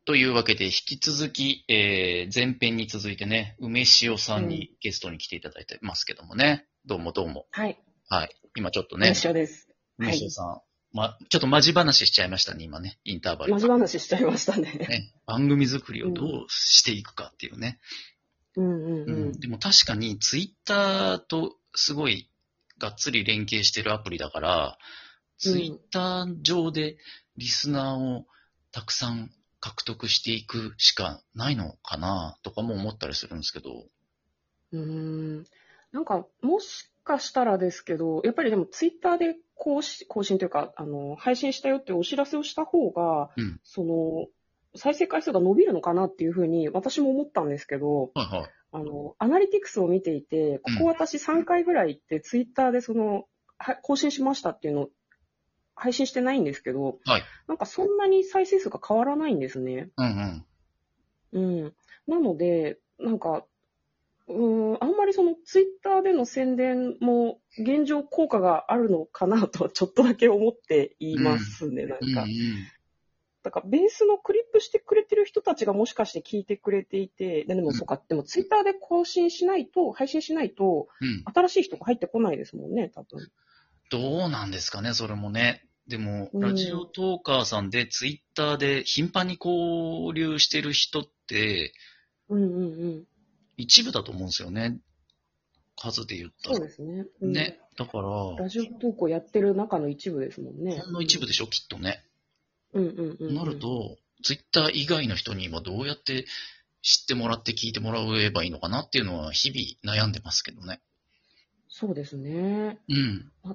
というわけで、引き続き、前編に続いてね、梅塩さんうん。 にゲストに来ていただいてますけどもね。どうもどうも。 はい。 はい。今ちょっと梅ね、 塩です。はい。 梅塩さん、ちょっとマジ話しちゃいましたね、今ね。インターバルマジが。 話しちゃいましたね。 ね。番組作りをどうん。 うしていくかっていうね。 うんうんうん。 うん。 でも確かに、ツイッターとすごい、がっつり連携してるアプリだから、ツイうん。 ッター上でリスナーをたくさん獲得していくしかないのかなとかも思ったりするんですけど。 うーん。なんか、もしかしたらですけど、やっぱりでもツイッターで更新というか、配信したよっていうお知らせをした方が、 うん。 その、再生回数が伸びるのかなっていうふうに私も思ったんですけど、 はいはアナリティクスを見ていて、 い。うここん。 私3回ぐらい行ってツイッターで更新しましたっていうのを配信してないんですけど、 はい。 なんかそんなに再生数が変わらないんですね。 うんうん。 うん。なので、なんか、あんまりそのツイッターでの宣伝も現状効果があるのかなとちょっとだけ思っていうん。 ますね、なんうんうか。 ん。 だからベースのクリップしてくれてる人たちがもしかして聞いてくれていて、でもそうか、でもツイッターで配信しないと、 うん。 新しい人が入ってこないですもんね、多分。 どうなんですかね、それもね。でも、 うラジオん。 トーカーさんでツイッターで頻繁に交流してる人って、 うんうんうん。 一部だと思うんですよね。数で言ったら。 そうですね。うん。 ね。だから、ほラジオ投稿やってる中の一部ですもんね。 んのうん。 一部でしょ、きっとね。 うんうんうんなうん。 ると、ツイッター以外の人に今どうやって知ってもらって聞いてもらえばいいのかなっていうのは日々悩んでますけどね。 そうですね。 うん。 あ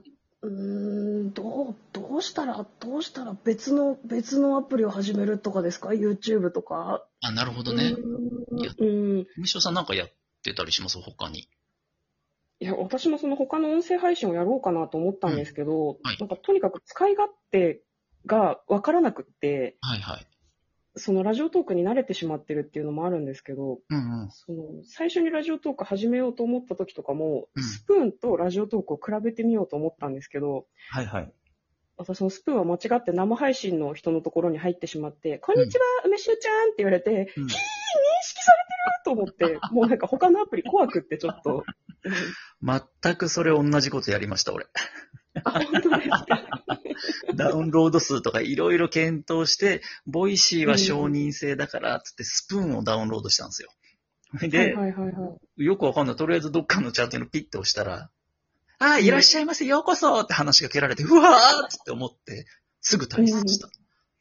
どうしたら別のアプリを始めるとかですか？ YouTube とか。 あ、なるほどうね。いや、 ーん。 むしろさんなんかやってたりします他に？ いや、私もその他の音声配信をやろうかなと思ったんでうん。 すけど、 はい。 なんかとにかく使い勝手がわからなくって、 はいはい。 そのラジオトークに慣れてしまってるっていうのもあるんですけど、 うんうん。 最初にラジオトーク始めようと思った時とかも、 うん。 スプーンとラジオトークを比べてみようと思ったんですけど、 はいはい。 私そのスプーンは間違って生配信の人のところに入ってしまって、こんうん。 にちは、梅酒ちゃんって言われて、認うん。 識されてると思って、もうなんか他のアプリ怖くってちょっと、うん、 全くそれ同じことやりました、俺。 あ、本当ですか。 ダウンロード数とかいろいろ検討して、ボイシーは承うん。 認制だから、つってスプーンをダウンロードしたんですよ。で、 はいはいはいはい。 よくわかんない。とりあえずどっかのチャートにピッて押したら、ああ、いらっうん。 しゃいませ、ようこそって話しかけられて、うわーって思って、すぐ退出しうん。 た。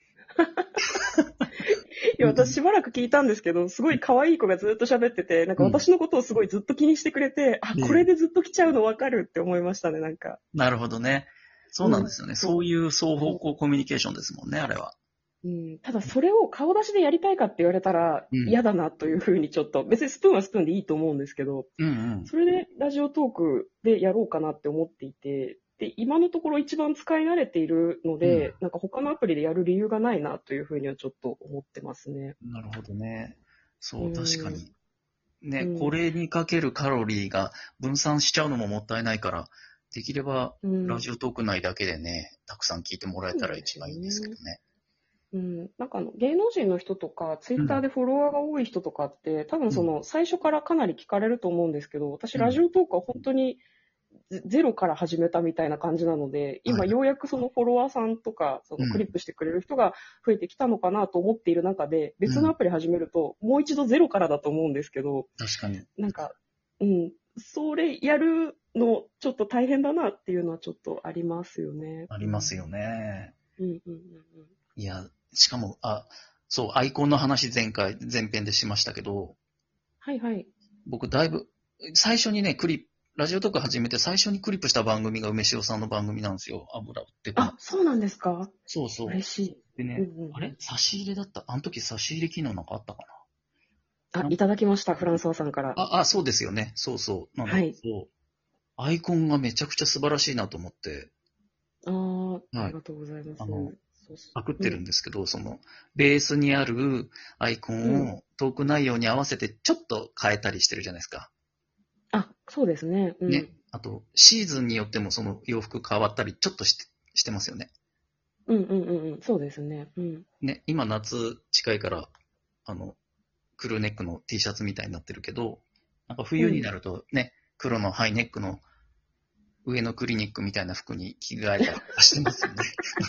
いや、私しばらく聞いたんですけど、すごい可愛い子がずっと喋ってて、なんかうん。 私のことをすごいずっと気にしてくれて、あ、これで、 でずっと来ちゃうのわかるって思いましたね、なんか。 なるほどね。そうなんうん。 ですよね。そうそいう双う。 方向コミュニケーションですもんね、あれは。 うん、ただそれを顔出しでやりたいかって言われたらうん。 嫌だなというふうにちょっと、別にスプーンはスプーンでいいと思うんですけど、 うんうん。 それでラジオトークでやろうかなって思っていて、で、今のところ一番使い慣れているのうん。 で、なんか他のアプリでやる理由がないなというふうにはちょっと思ってますね。 なるほどね。 うそう、確かん、 に。ね、こうん、 れにかけるカロリーが分散しちゃうのももったいないから、できればうん。 ラジオトーク内だけでね、たくさん聞いてもらえたらそうですよ一番いいんですけね。 どね。 うん、なんか芸能人の人とか、ツイうん。 ッターでフォロワーが多い人とかって、多分うん。 最初からかなり聞かれると思うんですけど、私うん。 ラジオトークは本当にゼロから始めたみたいな感じなので、 はい。 今ようやくそのフォロワーさんとか、そうん。 のクリップしてくれる人が増えてきたのかなと思っている中で、 うん。 別のアプリ始めると、もう一度ゼロからだと思うんですけど、 確かに。 なんか、うん、それやるのちょっと大変だなっていうのはちょっとありますよね。 あうん。 りますよね。 うんうんうんうん。 いや、しかも、そう、アイコンの話前編でしましたけど、 はいはい。 僕だいぶ、最初にね、ラジオとか始めて最初にクリップした番組が梅塩さんの番組なんですよ。油売ってこない。 あ、そうなんですか？ そうそう。 嬉しい。 でね、 うんうんあれうん。 差し入れだった。あの時差し入れ機能なんかあったかあ、 な。 いただきました、フランソワさんから。 そうですよね。そうそう。なんだはい。 けど、アイコンがめちゃくちゃ素晴らしいなと思って、 ああ、あはい。 りがとうございます。 あの、 そうしパクってるうん。 んですけど、ベースにあるアイコうん。 ンをトーク内容に合わせてちょっと変えたりしてるじゃないですか。 あ、そうですね。うん。 ね。あと、シーズンによってもその洋服変わったりちょっとしてますよね。 うんうんうんうん。そうですね。うん。 ね。今夏近いからクルーネックの T シャツみたいになってるけど、なんか冬になるとね、黒のハイネックの上のクリニックみたいな服に着替えたりしてますよね。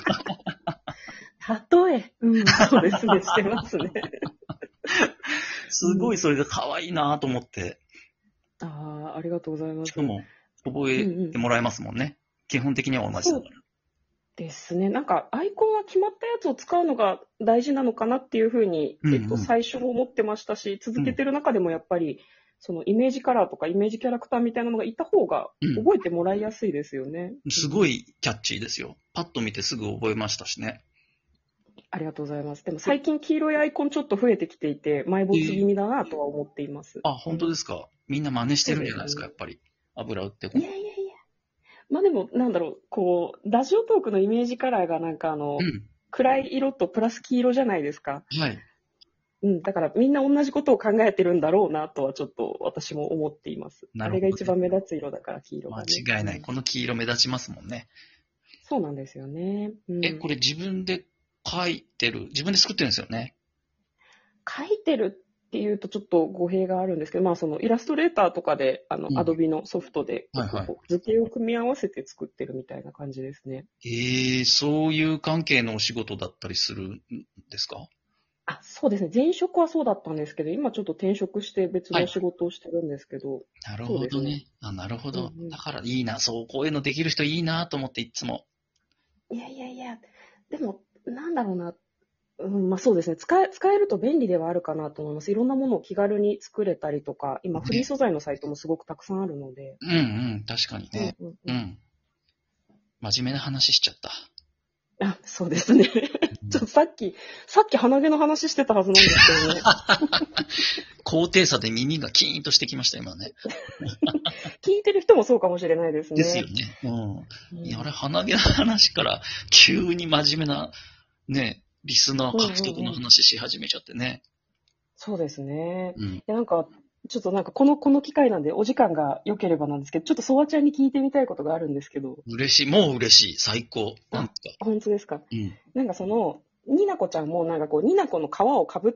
例え。そうですね。してますね。 すごいそれが可愛いなと思って。 ありがとうございます。 しかも、覚えてもらえますもんね。基本的には同じだから。 ですね。なんか、アイコンは決まったやつを使うのが大事なのかなっていうふうに、最初も思ってましたし、続けてる中でもやっぱり、そのイメージカラーとかイメージキャラクターみたいなのがいた方が覚えてもらいやすいですよね。 すごいキャッチーですよ。パッと見てすぐ覚えましたしね。 ありがとうございます。でも最近黄色いアイコンちょっと増えてきていて、埋没気味だなとは思っています。 本当ですか。みんな真似してるんじゃないですか、やっぱり。油売っていや。まあでも、なんだろう、ラジオトークのイメージカラーがなんか暗い色とプラス黄色じゃないですか。 はい。 だからみんな同じことを考えてるんだろうなとはちょっと私も思っています。あれが一番目立つ色だから黄色が、ね。 間違いない。この黄色目立ちますもんね。 そうなんですよね。 これ自分で描いてる、自分で作ってるんですよね。 描いてるっていうとちょっと語弊があるんですけど、まあそのイラストレーターとかで、アドビのソフトで、図形を組み合わせて作ってるみたいな感じですね。 そういう関係のお仕事だったりするんですか？ そうですね。前職はそうだったんですけど、今ちょっと転職して別の仕事をしてるんですけど。 なるほどね。なるほど。だからいいな、こういうのできる人いいなと思っていつも。 いや。でも、なんだろうな。まあそうですね。使えると便利ではあるかなと思います。いろんなものを気軽に作れたりとか、今フリー素材のサイトもすごくたくさんあるので。 確かにね。真面目な話しちゃった。 そうですね。さっき鼻毛の話してたはずなんですけどね。 高低差で耳がキーンとしてきました、今ね。 聞いてる人もそうかもしれないですね。 ですよね。いや、鼻毛の話から急に真面目な、ね、リスナー獲得の話し始めちゃってね。 そうですね。なんか、ちょっとこの機会なんでお時間が良ければなんですけど、ちょっとソワちゃんに聞いてみたいことがあるんですけど。 嬉しい。もう嬉しい。最高。 本当ですか。なんかニナコちゃんもニナコの皮をかぶって、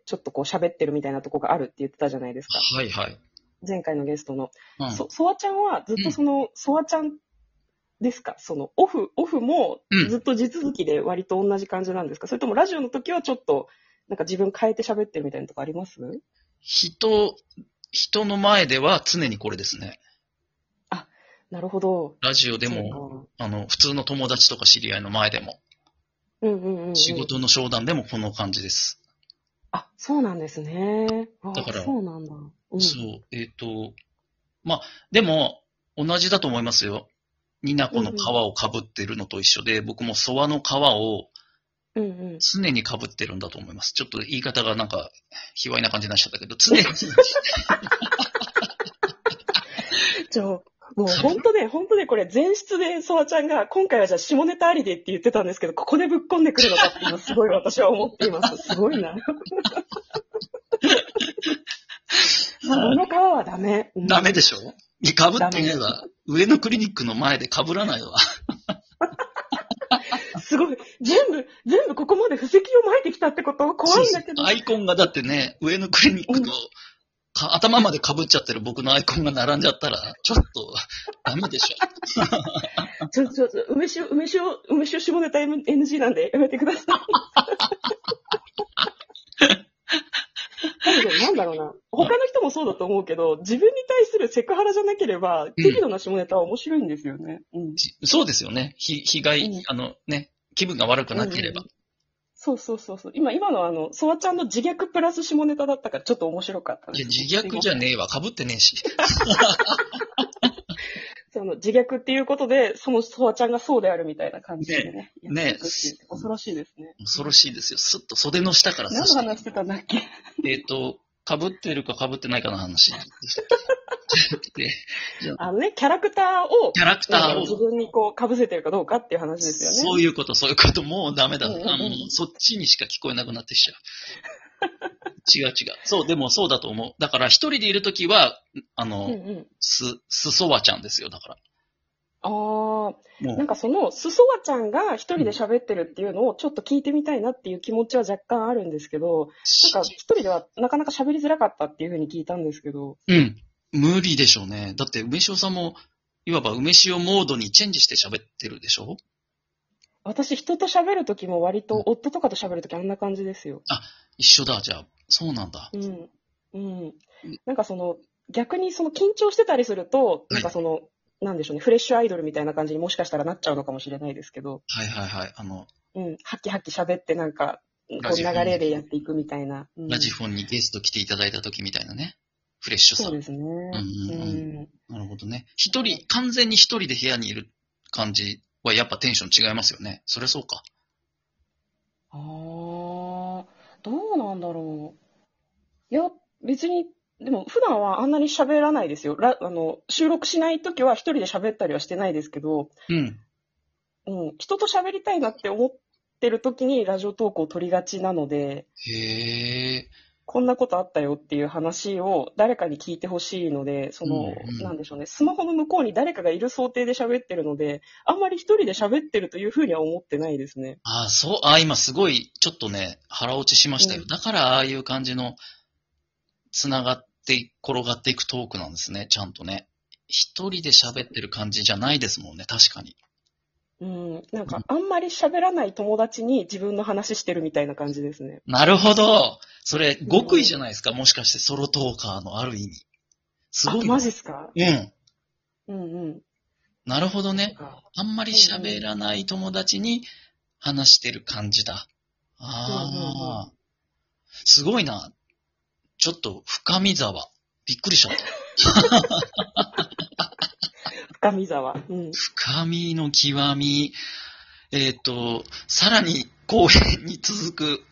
ちょっと喋ってるみたいなとこがあるって言ってたじゃないですか。 はいはい。 前回のゲストの。ソワちゃんはずっとソワちゃんですか？オフもずっと地続きで割と同じ感じなんですか？それともラジオの時はちょっと、自分変えて喋ってるみたいなとこあります？ 人の前では常にこれですね。 なるほど。 ラジオでも、普通の友達とか知り合いの前でも。仕事の商談でもこの感じです。 そうなんですね。 だから、 そうなんだ。 まあ、でも、同じだと思いますよ。ニナコの皮をかぶってるのと一緒で、僕もソワの皮を常にかぶってるんだと思います。ちょっと言い方が卑猥な感じになっちゃったけど、常に。 もう本当ね、これ前室でソワちゃんが、今回はじゃあ下ネタありでって言ってたんですけど、ここでぶっ込んでくるのかっていうのすごい私は思っています。すごいな。その皮はダメ。 ダメでしょ？かぶってねえわ。上のクリニックの前でかぶらないわ。 すごい。全部ここまで布石を巻いてきたってこと怖いんだけど。 アイコンがだってね、上のクリニックの、頭まで被っちゃってる僕のアイコンが並んじゃったら、ちょっとダメでしょ。 梅酒下ネタ NG なんでやめてください。なんだろうな。他の人もそうだと思うけど、自分に対するセクハラじゃなければ、適度な下ネタは面白いんですよね。 そうですよね。被害、気分が悪くなければ。 そう。今のソワちゃんの自虐プラス下ネタだったからちょっと面白かったです。 自虐じゃねえわ。被ってねえし。 自虐っていうことで、そのソワちゃんがそうであるみたいな感じでね。恐ろしいですね。 恐ろしいですよ。すっと袖の下から何の話してたんだっけ？ 被ってるか被ってないかの話。 キャラクターを自分に被せてるかどうかっていう話ですよね。 そういうこと、もうダメだ。そっちにしか聞こえなくなってきちゃう。違う。そう、でもそうだと思う。だから一人でいるときは、すそわちゃんですよ、だから。 ああ、なんかその、すそわちゃんが一人で喋ってるっていうのをちょっと聞いてみたいなっていう気持ちは若干あるんですけど、なんか一人ではなかなか喋りづらかったっていうふうに聞いたんですけど。 うん。無理でしょうね。だって梅塩さんも、いわば梅塩モードにチェンジして喋ってるでしょ？ 私人と喋るときも割と夫とかと喋るときあんな感じですよ。 あ、一緒だ、じゃあ。そうなんだ。 うん。うん。なんかその、逆にその緊張してたりすると、なんかその、なんでしょうね、フレッシュアイドルみたいな感じにもしかしたらなっちゃうのかもしれないですけど。 はいはいはい。 うん、ハキハキ喋ってなんか、こう流れでやっていくみたいな。 ラジフォンにゲスト来ていただいた時みたいなね。フレッシュさ。 そうですね。 なるほどね。完全に一人で部屋にいる感じはやっぱテンション違いますよね。それそうか。 ああ、どうなんだろう。いや、別に、でも普段はあんなに喋らないですよ。収録しないときは一人で喋ったりはしてないですけど、 うん。 うん、人と喋りたいなって思ってるときにラジオトークを取りがちなので、 へえ。 こんなことあったよっていう話を誰かに聞いてほしいので、なんでしょうね、スマホの向こうに誰かがいる想定で喋ってるので、あんまり一人で喋ってるというふうには思ってないですね。 今すごい、ちょっとね、腹落ちしましたよ。だからああいう感じの、繋がって転がっていくトークなんですね、ちゃんとね。一人で喋ってる感じじゃないですもんね、確かに。 うん、なんかあんまり喋らない友達に自分の話してるみたいな感じですね。 なるほど。それ、極意じゃないですか、もしかしてソロトーカーのある意味。すごい。 マジっすか？ うん。 うんうん。 なるほどね。あんまり喋らない友達に話してる感じだ。ああ、すごいな。ちょっと深見沢。びっくりしちゃった。 深見沢。うん。 深みの極み。さらに後編に続く